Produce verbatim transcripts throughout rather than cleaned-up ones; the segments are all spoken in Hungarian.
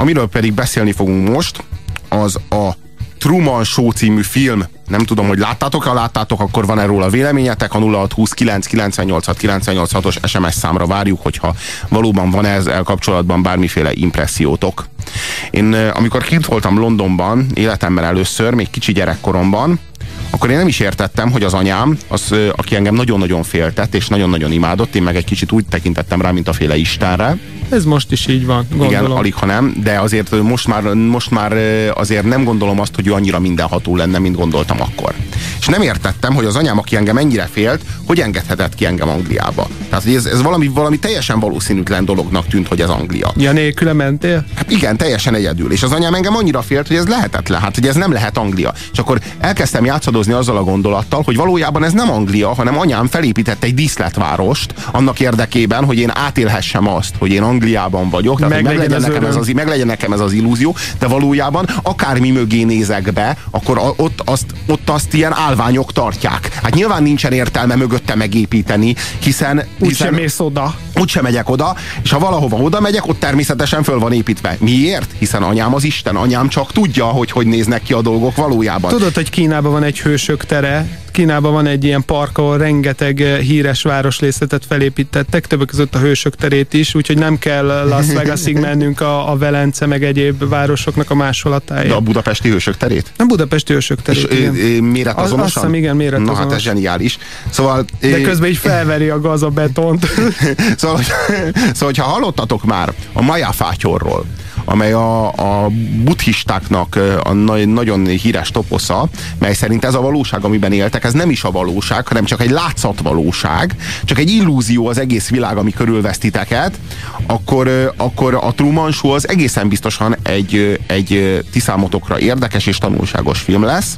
amiről pedig beszélni fogunk most, az a Truman Show című film. Nem tudom, hogy láttátok, ha láttátok, akkor van-e róla véleményetek? A nulla hat huszonkilenc kilencvennyolc kilencvennyolc-os es em es számra várjuk, hogyha valóban van ezzel kapcsolatban bármiféle impressziótok. Én amikor kint voltam Londonban, életemben először, még kicsi gyerekkoromban, akkor én nem is értettem, hogy az anyám, az, aki engem nagyon-nagyon féltett, és nagyon-nagyon imádott, én meg egy kicsit úgy tekintettem rá, mint a féle Istenre. Ez most is így van, gondolom. Igen, alig ha nem, de azért most már, most már azért nem gondolom azt, hogy ő annyira mindenható lenne, mint gondoltam akkor. És nem értettem, hogy az anyám, aki engem ennyire félt, hogy engedhetett ki engem Angliába. Tehát ez, ez valami, valami teljesen valószínűtlen dolognak tűnt, hogy ez Anglia. Ja, nélküle mentél? Hát igen, teljesen egyedül. És az anyám engem annyira félt, hogy ez lehetetlen, hát hogy ez nem lehet Anglia. És akkor elkezdtem játszadozni azzal a gondolattal, hogy valójában ez nem Anglia, hanem anyám felépített egy díszletvárost annak érdekében, hogy én átélhessem azt, hogy én Angliában vagyok, tehát meg, legyen nekem ez az, meg legyen nekem ez az illúzió, de valójában akármi mögé nézek be, akkor a, ott, azt, ott azt ilyen állványok tartják. Hát nyilván nincsen értelme mögötte megépíteni, hiszen... Úgysem mész oda. Úgysem megyek oda, és ha valahova oda megyek, ott természetesen föl van építve. Miért? Hiszen anyám az Isten, anyám csak tudja, hogy hogy néznek ki a dolgok valójában. Tudod, hogy Kínában van egy hősök tere, Kínában van egy ilyen park, ahol rengeteg híres városrészletet felépítettek, többek között a hősök terét is, úgyhogy nem kell Las Vegasig mennünk a, a Velence meg egyéb városoknak a másolatáért. De a budapesti hősök terét? Nem budapesti hősök terét, és igen. Méretazonosan? Azt hiszem, igen, méretazonos. Na hát ez zseniális. Szóval, de közben így felveri a gaz a betont. Szóval, szóval, hogyha hallottatok már a Maja fátyorról, amely a, a buddhistáknak a nagyon híres toposza, mely szerint ez a valóság, amiben éltek, ez nem is a valóság, hanem csak egy látszatvalóság, csak egy illúzió az egész világ, ami körülvesz titeket, akkor, akkor a Truman Show az egészen biztosan egy, egy ti számotokra érdekes és tanulságos film lesz.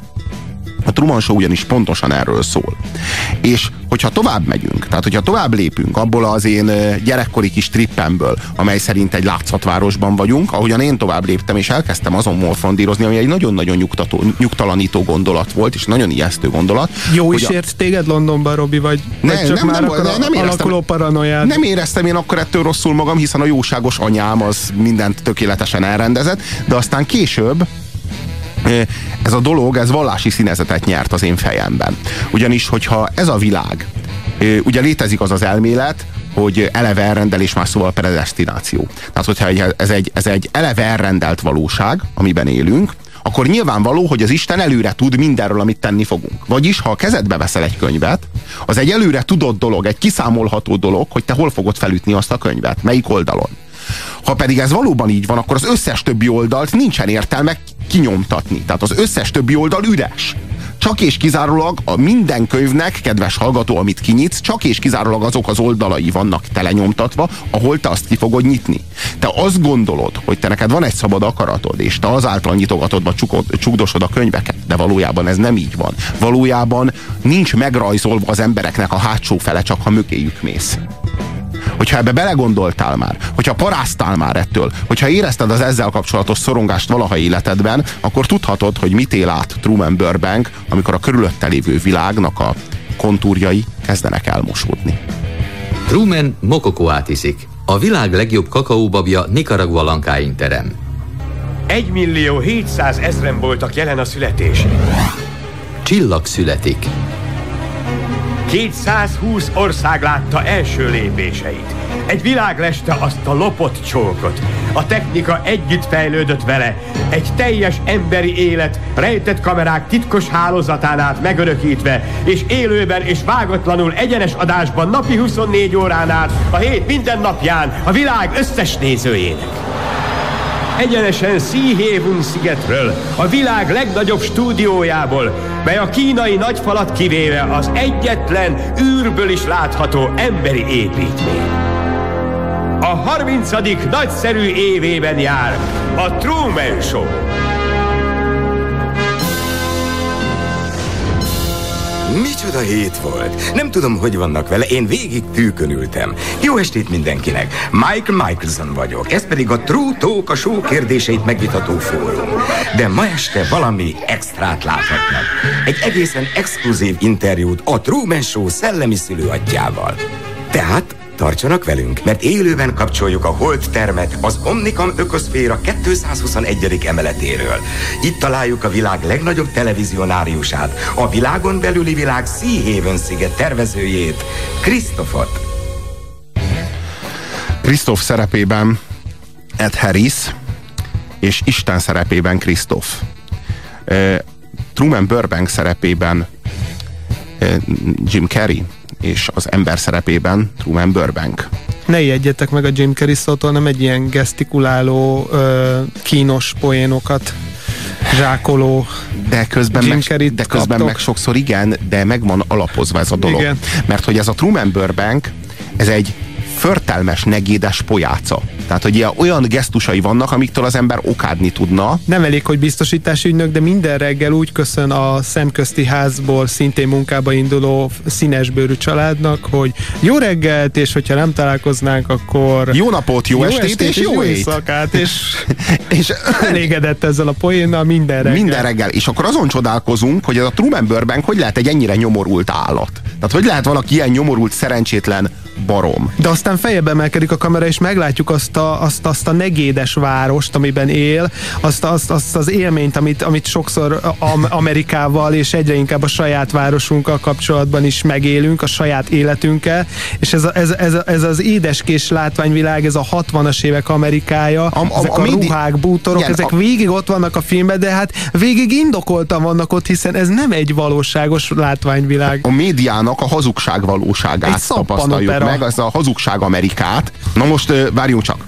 A Truman Show ugyanis pontosan erről szól. És hogyha tovább megyünk, tehát hogyha tovább lépünk abból az én gyerekkori kis trippemből, amely szerint egy látszatvárosban vagyunk, ahogyan én tovább léptem, és elkezdtem azon morfondírozni, ami egy nagyon-nagyon nyugtató, nyugtalanító gondolat volt, és nagyon ijesztő gondolat. Jó is a... ért téged Londonban, Robi, vagy, ne, vagy csak nem, már nem, akkor nem, nem alakuló paranoiád? Nem éreztem én akkor ettől rosszul magam, hiszen a jóságos anyám az mindent tökéletesen elrendezett, de aztán később ez a dolog, ez vallási színezetet nyert az én fejemben. Ugyanis, hogyha ez a világ, ugye létezik az az elmélet, hogy eleve elrendelés, más szóval predesztináció. Tehát, hogyha ez egy, ez egy eleve elrendelt valóság, amiben élünk, akkor nyilvánvaló, hogy az Isten előre tud mindenről, amit tenni fogunk. Vagyis, ha a kezedbe veszel egy könyvet, az egy előre tudott dolog, egy kiszámolható dolog, hogy te hol fogod felütni azt a könyvet, melyik oldalon. Ha pedig ez valóban így van, akkor az összes többi oldalt nincsen értelme kinyomtatni. Tehát az összes többi oldal üres. Csak és kizárólag a minden könyvnek, kedves hallgató, amit kinyitsz, csak és kizárólag azok az oldalai vannak telenyomtatva, ahol te azt ki fogod nyitni. Te azt gondolod, hogy te neked van egy szabad akaratod, és te azáltal nyitogatod, vagy csukdosod a könyveket, de valójában ez nem így van. Valójában nincs megrajzolva az embereknek a hátsó fele, csak ha mögéjük mész. Hogyha ebbe belegondoltál már, hogyha paráztál már ettől, hogyha érezted az ezzel kapcsolatos szorongást valaha életedben, akkor tudhatod, hogy mit él át Truman Burbank, amikor a körülötte lévő világnak a kontúrjai kezdenek elmosódni. Truman mokokoát iszik. A világ legjobb kakaóbabja Nicaragua Lankáin terem. egymillió hétszázezren voltak jelen a születésén. Csillag születik. kétszázhúsz ország látta első lépéseit. Egy világ leste azt a lopott csókot. A technika együtt fejlődött vele. Egy teljes emberi élet, rejtett kamerák titkos hálózatán át megörökítve, és élőben és vágatlanul egyenes adásban napi huszonnégy órán át, a hét minden napján a világ összes nézőjének. Egyenesen Seahaven szigetről, a világ legnagyobb stúdiójából, mely a kínai nagyfalat kivéve az egyetlen űrből is látható emberi építmény. A harmincadik nagyszerű évében jár a Truman Show. Micsoda hét volt. Nem tudom, hogy vannak vele, én végig tűkön ültem. Jó estét mindenkinek. Michael Michelson vagyok, ez pedig a True Talk, a show kérdéseit megvitató fórum. De ma este valami extrát láthatnak. Egy egészen exkluzív interjút a Truman Show szellemi szülőatyjával. Tehát Tartsanak velünk, mert élőben kapcsoljuk a Hold termet az Omnicom Ökoszféra kétszázhuszonegyedik emeletéről. Itt találjuk a világ legnagyobb televizionáriusát, a világon belüli világ Sea Haven sziget tervezőjét, Christophot. Christoph szerepében Ed Harris, és Isten szerepében Christoph. Truman Burbank szerepében Jim Carrey, és az ember szerepében Truman Burbank. Ne ijedjetek meg a Jim Carrey szótól, nem egy ilyen gesztikuláló, ö, kínos poénokat zsákoló de közben, Jim meg, de közben meg sokszor igen, de meg van alapozva ez a dolog. Igen. Mert hogy ez a Truman Burbank, ez egy förtelmes, negédes pojáca. Tehát, hogy ilyen, olyan gesztusai vannak, amiktől az ember okádni tudna. Nem elég, hogy biztosítási ügynök, de minden reggel úgy köszön a szemközti házból szintén munkába induló színesbőrű családnak, hogy jó reggelt, és hogyha nem találkoznánk, akkor jó napot, jó, jó estét, estét és jó, jó éjszakát, és, és elégedett ezzel a poénnal minden reggel. Minden reggel. És akkor azon csodálkozunk, hogy ez a Truman Burbank hogy lehet egy ennyire nyomorult állat. Tehát hogy lehet valaki ilyen nyomorult, szerencsétlen barom. De aztán feljebb emelkedik a kamera, és meglátjuk azt a, azt, azt a negédes várost, amiben él, azt, azt, azt az élményt, amit, amit sokszor Amerikával és egyre inkább a saját városunkkal kapcsolatban is megélünk, a saját életünkkel, és ez, a, ez, ez, ez az édeskés látványvilág, ez a hatvanas évek Amerikája, a, a, ezek a, a ruhák, bútorok, igen, ezek a... végig ott vannak a filmben, de hát végig indokoltan vannak ott, hiszen ez nem egy valóságos látványvilág. A médiának a hazugság valóságát tapasztaljuk meg, ez a hazugság Amerikát. Na most várjunk csak.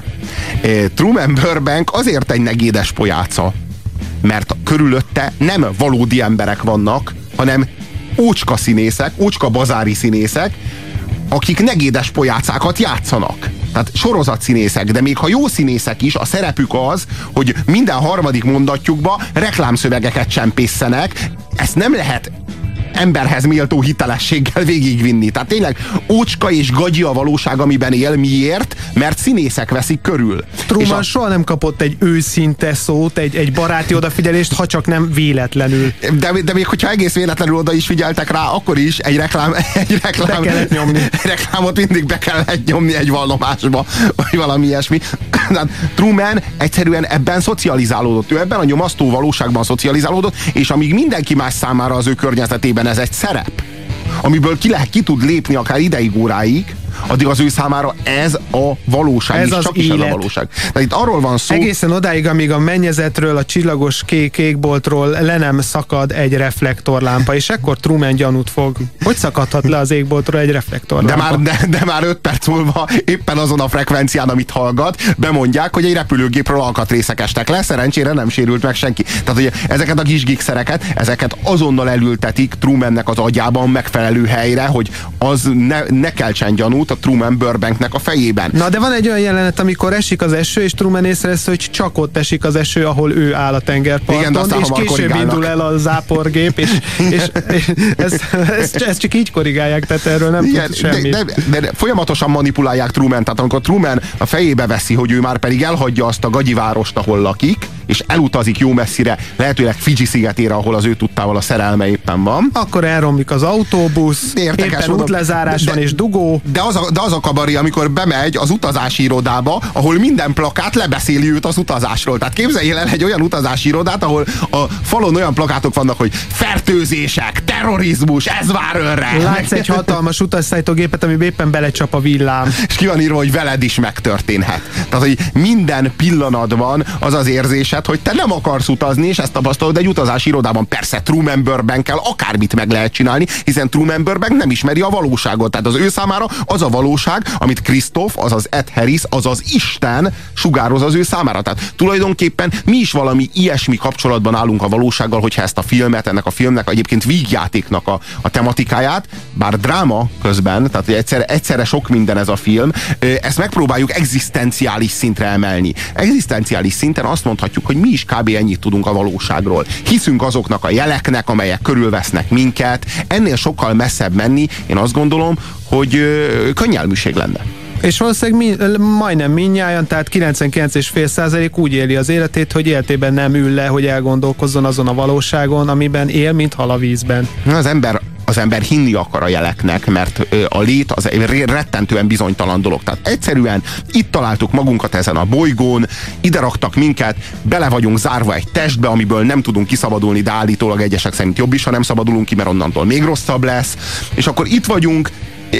Truman Burbank azért egy negédes pojáca, mert körülötte nem valódi emberek vannak, hanem ócska színészek, ócska bazári színészek, akik negédes pojácákat játszanak. Tehát sorozatszínészek, de még ha jó színészek is, a szerepük az, hogy minden harmadik mondatjukba reklámszövegeket csempészenek. Ezt nem lehet emberhez méltó hitelességgel végigvinni. Tehát tényleg ócska és gagyi a valóság, amiben él. Miért? Mert színészek veszik körül. Truman a... soha nem kapott egy őszinte szót, egy, egy baráti odafigyelést, ha csak nem véletlenül. De, de még hogyha egész véletlenül oda is figyeltek rá, akkor is egy reklám, egy reklám, be kellett nyomni. Egy reklámot mindig be kellett nyomni egy vallomásba, vagy valami ilyesmi. Truman egyszerűen ebben szocializálódott. Ő ebben a nyomasztó valóságban szocializálódott, és amíg mindenki más számára az ő környezetében ez egy szerep, amiből ki lehet, ki tud lépni akár ideig, óráig, addig az ő számára ez a valóság, ez és az csak élet. is ez a valóság. Tehát itt arról van szó... Egészen odáig, amíg a mennyezetről, a csillagos kék égboltról le nem szakad egy reflektorlámpa, és ekkor Truman gyanút fog. Hogy szakadhat le az égboltról egy reflektorlámpa? De már, de, de már öt perc múlva éppen azon a frekvencián, amit hallgat, bemondják, hogy egy repülőgépről alkatrészek estek le, szerencsére nem sérült meg senki. Tehát, hogy ezeket a kis gigszereket, ezeket azonnal elültetik Trumannek az agyában megfelelő helyre, hogy az ne, ne keltsen gyanút a Truman Burbanknek a fejében. Na, de van egy olyan jelenet, amikor esik az eső, és Truman észrevesz, hogy csak ott esik az eső, ahol ő áll a tengerparton, igen, és később korrigálnak. Indul el a záporgép, és, és, és ezt, ezt, ezt csak így korrigálják, tehát erről nem igen, tud semmit. De, de, de folyamatosan manipulálják Truman, tehát amikor Truman a fejébe veszi, hogy ő már pedig elhagyja azt a gagyi várost, ahol lakik, és elutazik jó messzire, lehetőleg Fidzsi szigetére, ahol az ő tudtával a szerelme éppen van. Akkor elromlik az autóbusz, értekes, éppen útlezárás van és dugó. De az, a, de az a kabari, amikor bemegy az utazási irodába, ahol minden plakát lebeszéli őt az utazásról. Tehát képzeljél el egy olyan utazási irodát, ahol a falon olyan plakátok vannak, hogy fertőzések, terrorizmus, ez vár önre. Látsz egy hatalmas utasszállítógépet, amiben éppen belecsap a villám. És ki van írva, hogy veled is megtörténhet. Tehát, hogy minden pillanatban az az érzésed, hogy te nem akarsz utazni, és ezt tapasztalod egy utazási irodában. Persze Truman Burbankkel akármit meg lehet csinálni, hiszen Truman Burbank nem ismeri a valóságot. Tehát az ő számára az a valóság, amit Christoph, azaz Ed Harris, azaz Isten sugároz az ő számára. Tehát tulajdonképpen mi is valami ilyesmi kapcsolatban állunk a valósággal, hogyha ezt a filmet, ennek a filmnek egyébként vígjátéknak a, a tematikáját, bár dráma közben, tehát egyszerre, egyszerre sok minden ez a film, ezt megpróbáljuk egzisztenciális szintre emelni. Egzisztenciális szinten azt mondhatjuk, hogy mi is kb. Ennyit tudunk a valóságról. Hiszünk azoknak a jeleknek, amelyek körülvesznek minket. Ennél sokkal messzebb menni, én azt gondolom, hogy ö, könnyelműség lenne. És valószínűleg mi, majdnem mindnyájan, tehát kilencvenkilenc egész öt százalék úgy éli az életét, hogy életében nem ül le, hogy elgondolkozzon azon a valóságon, amiben él, mint hal a vízben. Az ember az ember hinni akar a jeleknek, mert a lét az egy rettentően bizonytalan dolog. Tehát egyszerűen itt találtuk magunkat ezen a bolygón, ide raktak minket, bele vagyunk zárva egy testbe, amiből nem tudunk kiszabadulni, de állítólag egyesek szerint jobb is, ha nem szabadulunk ki, mert onnantól még rosszabb lesz. És akkor itt vagyunk,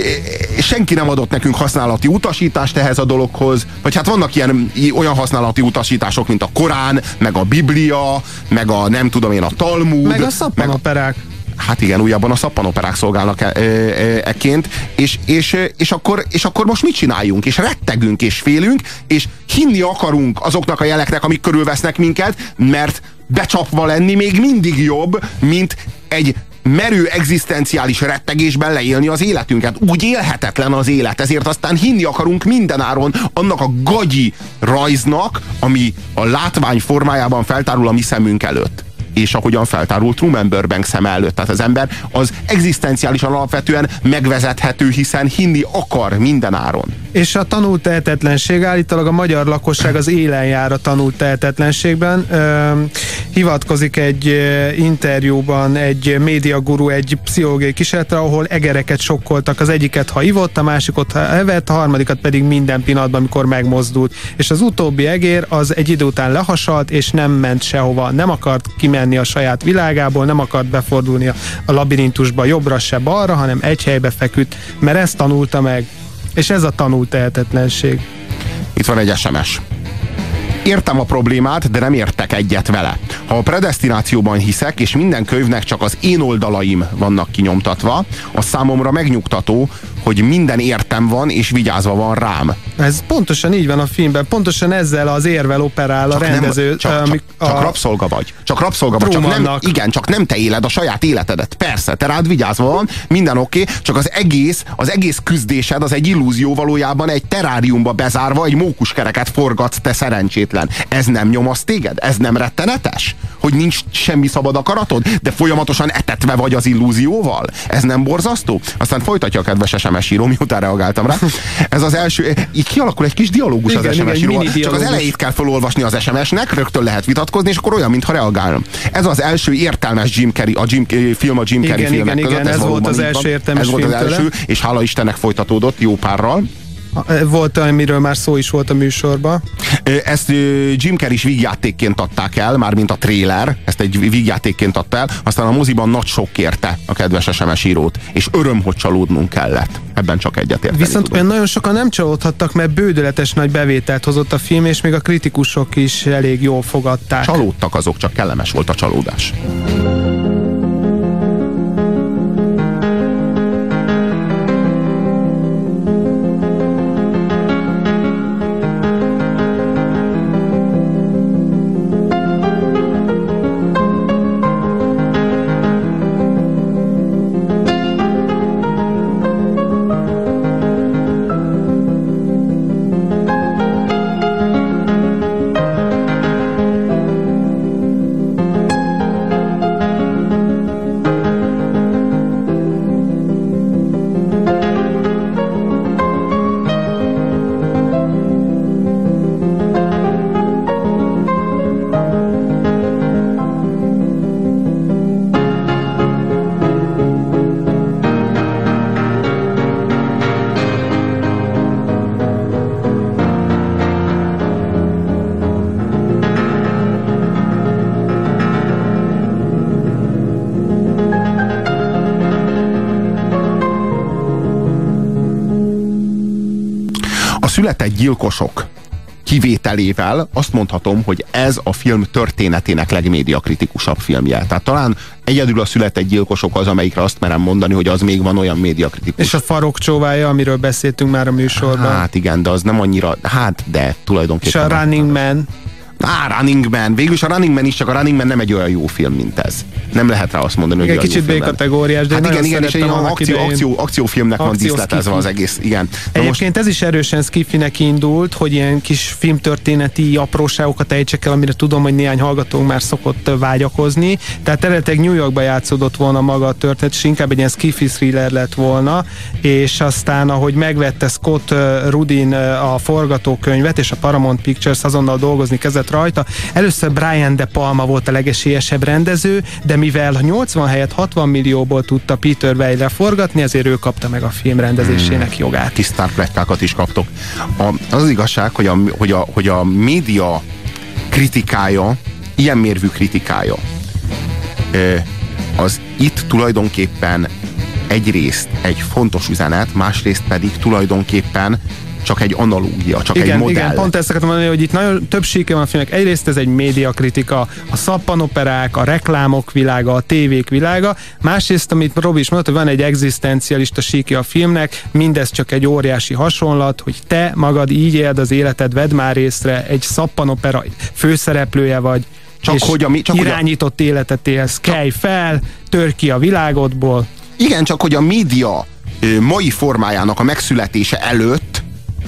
senki nem adott nekünk használati utasítást ehhez a dologhoz, vagy hát vannak ilyen olyan használati utasítások, mint a Korán, meg a Biblia, meg a nem tudom én a Talmud. Meg a szappanoperák. Hát igen, újabban a szappanoperák szolgálnak e, e, e, ekként, és, és, és, akkor, és akkor most mit csináljunk? És rettegünk, és félünk, és hinni akarunk azoknak a jeleknek, amik körülvesznek minket, mert becsapva lenni még mindig jobb, mint egy merő egzisztenciális rettegésben leélni az életünket. Úgy élhetetlen az élet, ezért aztán hinni akarunk mindenáron annak a gagyi rajznak, ami a látvány formájában feltárul a mi szemünk előtt. És ahogyan feltárult Truman Burbank szem előtt. Tehát az ember az egzisztenciálisan alapvetően megvezethető, hiszen hinni akar mindenáron. És a tanult tehetetlenség, állítólag a magyar lakosság az élen jár a tanult tehetetlenségben. Ö, hivatkozik egy interjúban egy médiaguru egy pszichológiai kísérletre, ahol egereket sokkoltak. Az egyiket, ha ivott, a másikot, ha evett, a harmadikat pedig minden pillanatban, amikor megmozdult. És az utóbbi egér az egy idő után lehasalt, és nem ment sehova. Nem akart kimenni a saját világából, nem akart befordulni a, a labirintusba jobbra se balra, hanem egy helybe feküdt, mert ezt tanulta meg. És ez a tanult tehetetlenség. Itt van egy es em es. Értem a problémát, de nem értek egyet vele. Ha a predesztinációban hiszek, és minden könyvnek csak az én oldalaim vannak kinyomtatva, az számomra megnyugtató, hogy minden értem van, és vigyázva van rám. Ez pontosan így van a filmben, pontosan ezzel az érvel operál csak a rendező. Nem, csak, csak, a, csak rabszolga vagy. Csak rabszolga vagy. Csak nem, igen, csak nem te éled a saját életedet. Persze, te rád vigyázva van, minden oké, okay, csak az egész, az egész küzdésed az egy illúzió, valójában egy teráriumba bezárva, egy mókuskereket forgatsz, te szerencsétlen. Ez nem nyomaszt téged? Ez nem rettenetes? Hogy nincs semmi szabad akaratod, de folyamatosan etetve vagy az illúzióval? Ez nem borzasztó? Aztán folytatja a kedves es em es író, miután reagáltam rá. Ez az első, így kialakul egy kis dialógus igen, az es em es íróval. Csak az elejét kell felolvasni az es em esnek, rögtön lehet vitatkozni, és akkor olyan, mintha reagálnom. Ez az első értelmes Jim Carrey, a Jim, film a Jim Carrey igen, filmek igen, között. Igen, ez, ez volt az első értelmes film. Ez volt az első, tőle. És hála Istennek folytatódott jó párral. Volt, amiről már szó is volt a műsorban. Ezt Jim Carrey is vígjátékként adták el, mármint a trailer, ezt egy vígjátékként adta el, aztán a moziban nagy sok kérte a kedves es em es írót, és öröm, hogy csalódnunk kellett. Ebben csak egyetérteni Viszont tudom. nagyon sokan nem csalódhattak, mert bődöletes nagy bevételt hozott a film, és még a kritikusok is elég jól fogadták. Csalódtak azok, csak kellemes volt a csalódás. Született gyilkosok kivételével azt mondhatom, hogy ez a film történetének legmédiakritikusabb filmje. Tehát talán egyedül a Született gyilkosok az, amelyikre azt merem mondani, hogy az még van olyan médiakritikus. És a Farok csóvája, amiről beszéltünk már a műsorban. Hát igen, de az nem annyira, hát de tulajdonképpen. És a Running Man. Á, Running Man. Végülis a Running Man is, csak a Running Man nem egy olyan jó film, mint ez. Nem lehet rá azt mondani, igen, hogy kicsit B-kategóriás, de hát igen, igen, és egy akció, akció, akciófilmnek akció van díszletezve az egész. Igen. Egyébként most... ez is erősen skifinek indult, hogy ilyen kis filmtörténeti apróságokat ejtsek el, amire tudom, hogy néhány hallgatónk már szokott vágyakozni. Tehát eredetileg New Yorkba játszódott volna maga a történet, és inkább egy ilyen skifi thriller lett volna, és aztán, ahogy megvette Scott Rudin a forgatókönyvet, és a Paramount Pictures azonnal dolgozni kezdett volt rajta. Először Brian De Palma volt a legesélyesebb rendező, de mivel nyolcvan helyett hatvan millióból tudta Peter Weir forgatni, ezért ő kapta meg a film rendezésének jogát. Tisztán pletykákat is kaptok. A, az, az igazság, hogy a, hogy, a, hogy a média kritikája, ilyen mérvű kritikája, az itt tulajdonképpen egyrészt egy fontos üzenet, másrészt pedig tulajdonképpen csak egy analógia, csak igen, egy modell. Igen, pont ezt akartam mondani, hogy itt nagyon több síke van a filmnek. Egyrészt ez egy médiakritika, a szappanoperák, a reklámok világa, a tévék világa. Másrészt, amit Robi is mondta, hogy van egy egzisztencialista síke a filmnek, mindez csak egy óriási hasonlat, hogy te magad így éld az életed, vedd már észre, egy szappanopera főszereplője vagy, csak és hogy a, csak irányított hogy a... életet élsz, kelj fel, tör ki a világodból. Igen, csak hogy a média mai formájának a megszületése előtt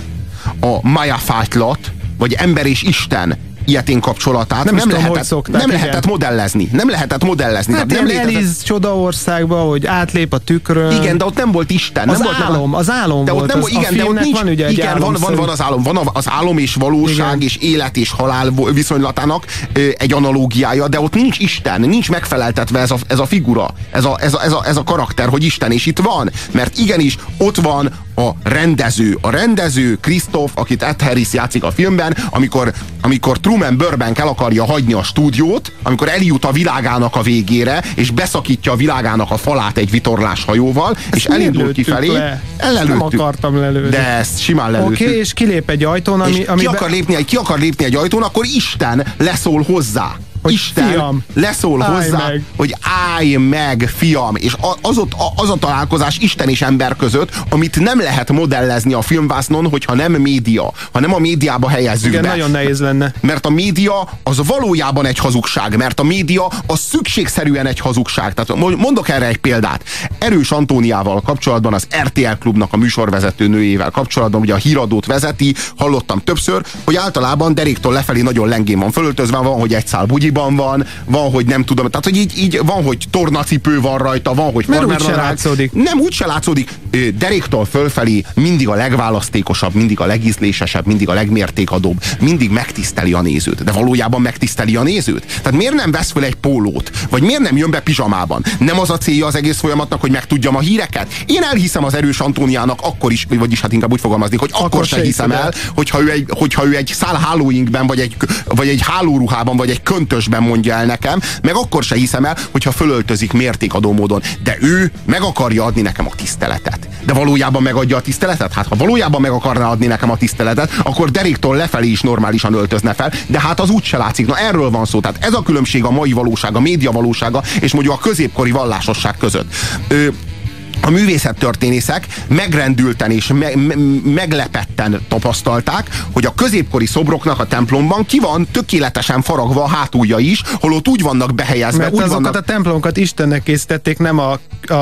a Maya fájtlat, vagy ember és Isten ilyetén kapcsolatát nem, nem, tudom, lehetett, szokták, nem lehetett modellezni. Nem lehetett modellezni. Hát nem létezett... Alice csodaországba, hogy átlép a tükrön. Igen, de ott nem volt Isten. Az nem álom, volt, az álom de volt. Ott nem, az, igen, a de ott nincs, van ugye igen, van, van, van az álom. Van az álom és valóság, igen, és élet és halál viszonylatának egy analógiája, de ott nincs Isten, nincs megfeleltetve ez a, ez a figura, ez a, ez, a, ez, a, ez a karakter, hogy Isten, és itt van. Mert igenis, ott van a rendező. A rendező, Christoph, akit Ed Harris játszik a filmben, amikor, amikor Truman Burbank el akarja hagyni a stúdiót, amikor eljut a világának a végére, és beszakítja a világának a falát egy vitorlás hajóval, ezt és elindul kifelé. Nem akartam lelőni. De ezt simán lelőttük. Oké, okay, és kilép egy ajtón, ami... És ami ki, akar lépni, ki akar lépni egy ajtón, akkor Isten leszól hozzá. Hogy Isten fiam, leszól hozzá, meg. hogy állj meg, fiam, és az, ott, az a találkozás Isten és ember között, amit nem lehet modellezni a filmvásznon, hogyha nem média, hanem a médiába helyezzük igen, be. nagyon nehéz lenne. Mert a média az valójában egy hazugság, mert a média az szükségszerűen egy hazugság. Tehát mondok erre egy példát. Erős Antóniával kapcsolatban, az er té el Klubnak a műsorvezető nőjével kapcsolatban, ugye a híradót vezeti, hallottam többször, hogy általában deréktől lefelé nagyon lengén van fölöltözve, van, hogy egy szál bugyiban van, van, hogy nem tudom, tehát hogy így, így van, hogy tornacipő van rajta, van, hogy mert úgy se látszódik. Nem, úgy se látszódik. Deréktől fölfelé mindig a legválasztékosabb, mindig a legízlésesebb, mindig a legmértékadóbb, mindig megtiszteli a nézőt. De valójában megtiszteli a nézőt? Tehát miért nem vesz föl egy pólót? Vagy miért nem jön be pizsamában? Nem az a célja az egész folyamatnak, hogy megtudjam a híreket? Én elhiszem az Erős Antóniának akkor is, vagyis hát inkább úgy fogalmaznék, hogy akkor, akkor se hiszem el, hogyha ő egy, hogyha ő egy szál hálóinkben, vagy egy, vagy egy hálóruhában, vagy egy köntösben mondja el nekem, meg akkor se hiszem el, hogyha fölöltözik mértékadó módon. De ő meg akarja adni nekem a tiszteletet. De valójában megadja a tiszteletet? Hát ha valójában meg akarná adni nekem a tiszteletet, akkor deréktől lefelé is normálisan öltözne fel, de hát az úgy se látszik. Na erről van szó. Tehát ez a különbség a mai valóság, a média valósága, és mondjuk a középkori vallásosság között. Ö, A művészettörténészek megrendülten és me- me- meglepetten tapasztalták, hogy a középkori szobroknak a templomban ki van tökéletesen faragva a hátulja is, holott úgy vannak behelyezve. Mert úgy azokat vannak... a templomokat Istennek készítették, nem a,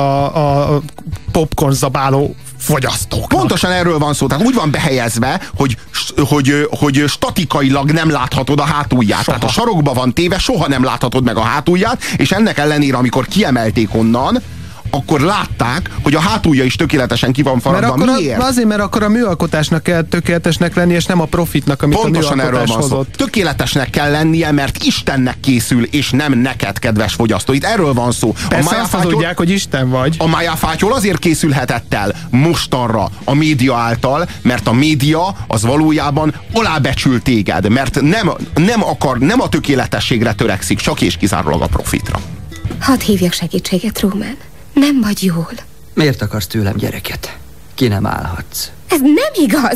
a, a popcorn zabáló fogyasztók. Pontosan erről van szó. Tehát úgy van behelyezve, hogy, hogy, hogy statikailag nem láthatod a hátulját. Soha. Tehát a sarokba van téve, soha nem láthatod meg a hátulját, és ennek ellenére, amikor kiemelték onnan, akkor látták, hogy a hátulja is tökéletesen ki van faragva. Mert Miért? A, azért, mert akkor a műalkotásnak kell tökéletesnek lenni, és nem a profitnak, amit pontosan a műalkotás erről van hozott. Szó. Tökéletesnek kell lennie, mert Istennek készül, és nem neked, kedves fogyasztó. Itt erről van szó. Persze azt hazudják, hogy Isten vagy. A májáfátyol azért készülhetett el mostanra a média által, mert a média az valójában alábecsül téged, mert nem, nem akar, nem a tökéletességre törekszik, csak és kizárólag a profitra. Hadd hívjak segítséget, Truman. Nem vagy jól. Miért akarsz tőlem gyereket? Ki nem állhatsz. Ez nem igaz.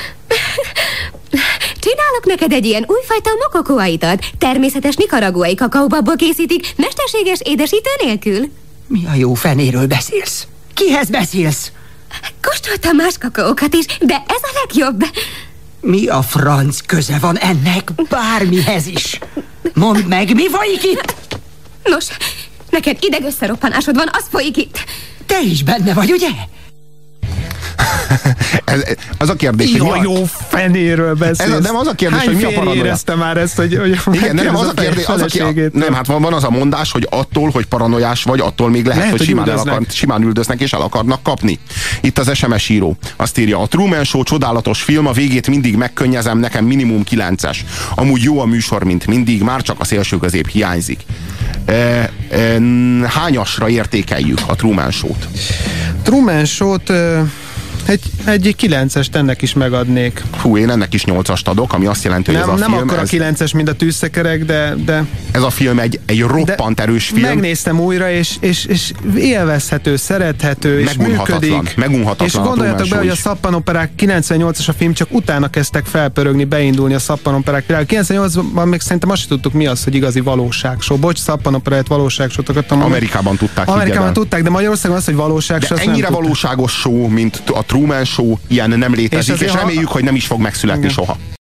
Csinálok neked egy ilyen újfajta mokokoaitat. Természetes nikaraguai kakaóbabból készítik, mesterséges édesítő nélkül. Mi a jó fenéről beszélsz? Kihez beszélsz? Kóstoltam más kakaókat is, de ez a legjobb. Mi a franc köze van ennek bármihez is? Mondd meg, mi folyik itt? Nos, neked idegösszeroppanásod van, az folyik itt. Te is benne vagy, ugye? ez, az a kérdés, Jó, hogy mi a... jó fenéről beszélsz. Ez, nem az a kérdés, Hány hogy mi a paranoia. érezte már ezt, hogy, hogy igen, nem, az a kérdés, az a kérdés, nem, hát van, van az a mondás, hogy attól, hogy paranoiás vagy, attól még lehet, lehet hogy, hogy simán, el akar, simán üldöznek és el akarnak kapni. Itt az es em es író. Azt írja, a Truman Show csodálatos film, a végét mindig megkönnyezem, nekem minimum kilences. Amúgy jó a műsor, mint mindig, már csak a szélső közép hiányzik. E, e, hányasra értékeljük a Truman Show-t? Truman Show-t e, egy, egy kilencest ennek is megadnék. Hú, én ennek is nyolcast adok, ami azt jelenti, hogy nem, ez a nem film... Nem akkora ez, kilences, mint a Tűzszekerek, de, de... Ez a film egy, egy roppant erős film. Megnéztem újra, és, és, és élvezhető, szerethető, és működik. Megunhatatlan. És gondoljatok be, hogy a szappanoperák kilencvennyolcas a film, csak utána kezdtek felpörögni, beindulni a szappanoperák világ. kilencvennyolcban még szerintem azt sem tudtuk, mi az, hogy igazi valóságshow. Bocs, szappanoperát valóságshow-t akartam mondani. Amerikában tudták. Amerikában tudták, de Magyarországon az, hogy valóságshow. De ennyire valóságos show, mint a Truman Show, ilyen nem létezik, és, és reméljük, hogy nem is fog megszületni igen. soha.